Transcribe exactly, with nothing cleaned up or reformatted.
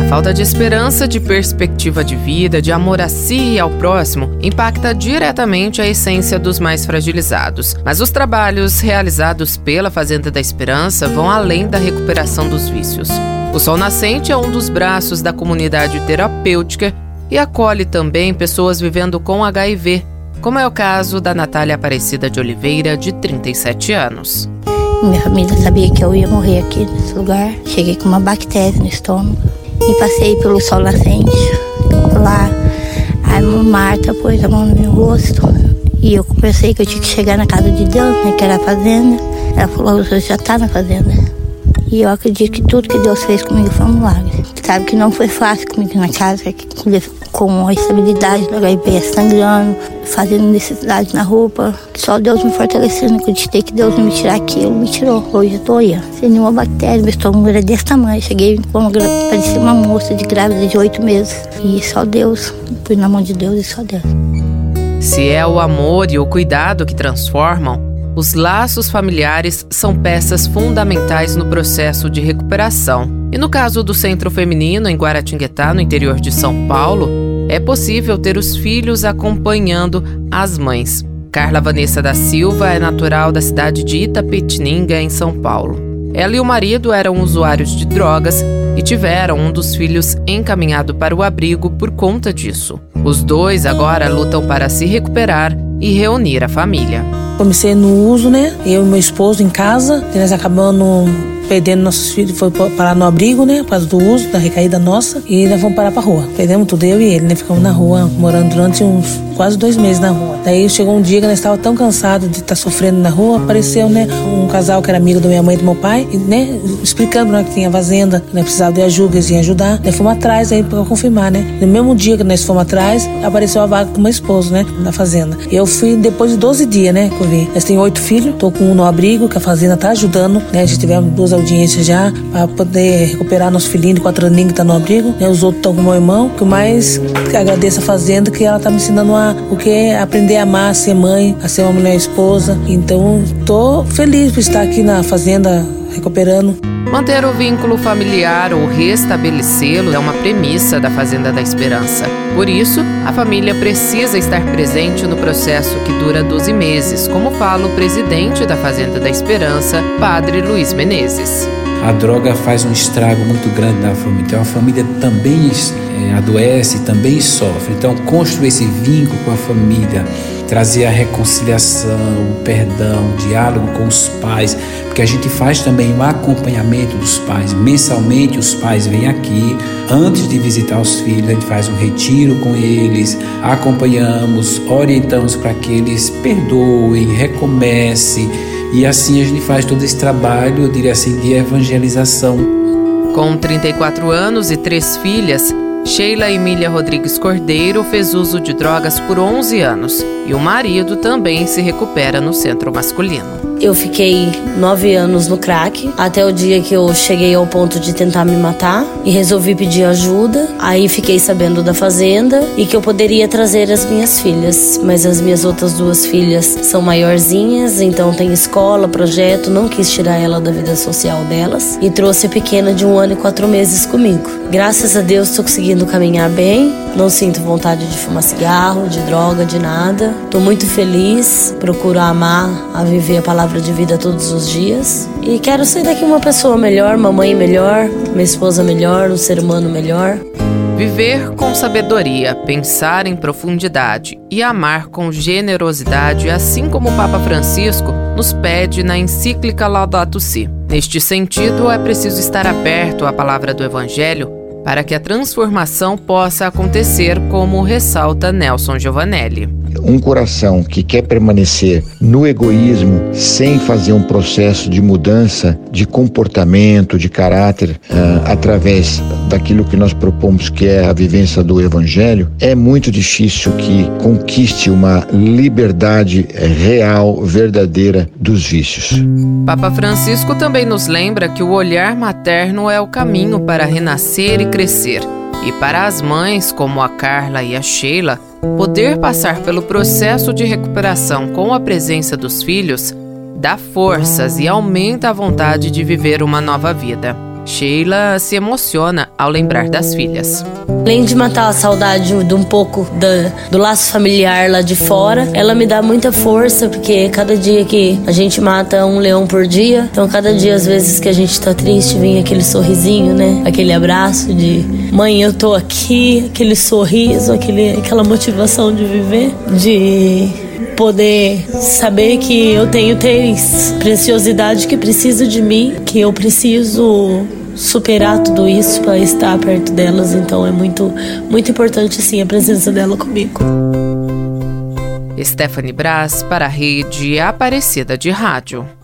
falta de esperança, de perspectiva de vida, de amor a si e ao próximo impacta diretamente a essência dos mais fragilizados. Mas os trabalhos realizados pela Fazenda da Esperança vão além da recuperação dos vícios. O Sol Nascente é um dos braços da comunidade terapêutica e acolhe também pessoas vivendo com H I V, como é o caso da Natália Aparecida de Oliveira, de trinta e sete anos. Minha família sabia que eu ia morrer aqui nesse lugar. Cheguei com uma bactéria no estômago e passei pelo Sol Nascente. Lá, a irmã Marta pôs a mão no meu rosto e eu pensei que eu tinha que chegar na casa de Deus, né, que era a fazenda. Ela falou, você já está na fazenda. E eu acredito que tudo que Deus fez comigo foi um milagre. Sabe que não foi fácil comigo na casa, com a estabilidade do H I V sangrando, fazendo necessidade na roupa. Só Deus me fortaleceu, não acreditei que Deus não me tirar aquilo, me tirou. Hoje eu tô aí, sem nenhuma bactéria, meu estômago era desse tamanho. Cheguei como parecia uma moça de grávida de oito meses. E só Deus, fui na mão de Deus e só Deus. Se é o amor e o cuidado que transformam, os laços familiares são peças fundamentais no processo de recuperação. E no caso do Centro Feminino em Guaratinguetá, no interior de São Paulo, é possível ter os filhos acompanhando as mães. Carla Vanessa da Silva é natural da cidade de Itapetininga, em São Paulo. Ela e o marido eram usuários de drogas e tiveram um dos filhos encaminhado para o abrigo por conta disso. Os dois agora lutam para se recuperar e reunir a família. Comecei no uso, né? Eu e meu esposo em casa, e nós acabamos perdendo nossos filhos, foi parar no abrigo, né? Por causa do uso, da recaída nossa, e nós fomos parar pra rua. Perdemos tudo, eu e ele, né? Ficamos na rua, morando durante uns quase dois meses na rua. Daí chegou um dia que nós estávamos tão cansados de estar sofrendo na rua, apareceu, né? Um casal que era amigo da minha mãe e do meu pai, e, né? Explicando pra nós que tinha fazenda, que nós precisávamos de ajuda, que eles iam ajudar. Nós fomos atrás aí pra confirmar, né? No mesmo dia que nós fomos atrás, apareceu a vaga com meu esposo, né? Na fazenda. E eu fui depois de doze dias, né? Que eu vi. Nós temos oito filhos, tô com um no abrigo, que a fazenda tá ajudando, né? A gente tivemos duas audiências já para poder recuperar nosso filhinho de quatro aninhos que tá no abrigo, né? Os outros estão com meu irmão. Que eu mais agradeço a fazenda, que ela tá me ensinando a, o que é aprender a amar, a ser mãe, a ser uma mulher esposa. Então tô feliz por estar aqui na fazenda recuperando. Manter o vínculo familiar ou restabelecê-lo é uma premissa da Fazenda da Esperança. Por isso, a família precisa estar presente no processo que dura doze meses, como fala o presidente da Fazenda da Esperança, Padre Luiz Menezes. A droga faz um estrago muito grande na família, então a família também é, adoece, também sofre. Então construir esse vínculo com a família, trazer a reconciliação, o perdão, o diálogo com os pais, porque a gente faz também o acompanhamento dos pais. Mensalmente os pais vêm aqui, antes de visitar os filhos, a gente faz um retiro com eles, acompanhamos, orientamos para que eles perdoem, recomecem, e assim a gente faz todo esse trabalho, eu diria assim, de evangelização. Com trinta e quatro anos e três filhas, Sheila Emília Rodrigues Cordeiro fez uso de drogas por onze anos e o marido também se recupera no centro masculino. Eu fiquei nove anos no crack, até o dia que eu cheguei ao ponto de tentar me matar e resolvi pedir ajuda. Aí fiquei sabendo da fazenda e que eu poderia trazer as minhas filhas, mas as minhas outras duas filhas são maiorzinhas, então tem escola, projeto, não quis tirar ela da vida social delas e trouxe a pequena de um ano e quatro meses comigo. Graças a Deus estou conseguindo caminhar bem, não sinto vontade de fumar cigarro, de droga, de nada. Estou muito feliz, procuro amar, a viver a palavra de vida todos os dias e quero ser daqui uma pessoa melhor, uma mãe melhor, minha esposa melhor, um ser humano melhor. Viver com sabedoria, pensar em profundidade e amar com generosidade, assim como o Papa Francisco nos pede na encíclica Laudato Si. Neste sentido, é preciso estar aberto à palavra do Evangelho para que a transformação possa acontecer, como ressalta Nelson Giovanelli. Um coração que quer permanecer no egoísmo sem fazer um processo de mudança de comportamento, de caráter, uh, através daquilo que nós propomos, que é a vivência do Evangelho, é muito difícil que conquiste uma liberdade real, verdadeira dos vícios. Papa Francisco também nos lembra que o olhar materno é o caminho para renascer e crescer. E para as mães, como a Carla e a Sheila, poder passar pelo processo de recuperação com a presença dos filhos dá forças e aumenta a vontade de viver uma nova vida. Sheila se emociona ao lembrar das filhas. Além de matar a saudade de um pouco da, do laço familiar lá de fora, ela me dá muita força, porque cada dia que a gente mata um leão por dia, então cada dia, às vezes que a gente tá triste, vem aquele sorrisinho, né? Aquele abraço de mãe, eu tô aqui, aquele sorriso, aquele, aquela motivação de viver, de poder saber que eu tenho três preciosidades que precisam de mim, que eu preciso superar tudo isso para estar perto delas. Então é muito, muito importante sim a presença dela comigo. Stephanie Brás para a Rede Aparecida de Rádio.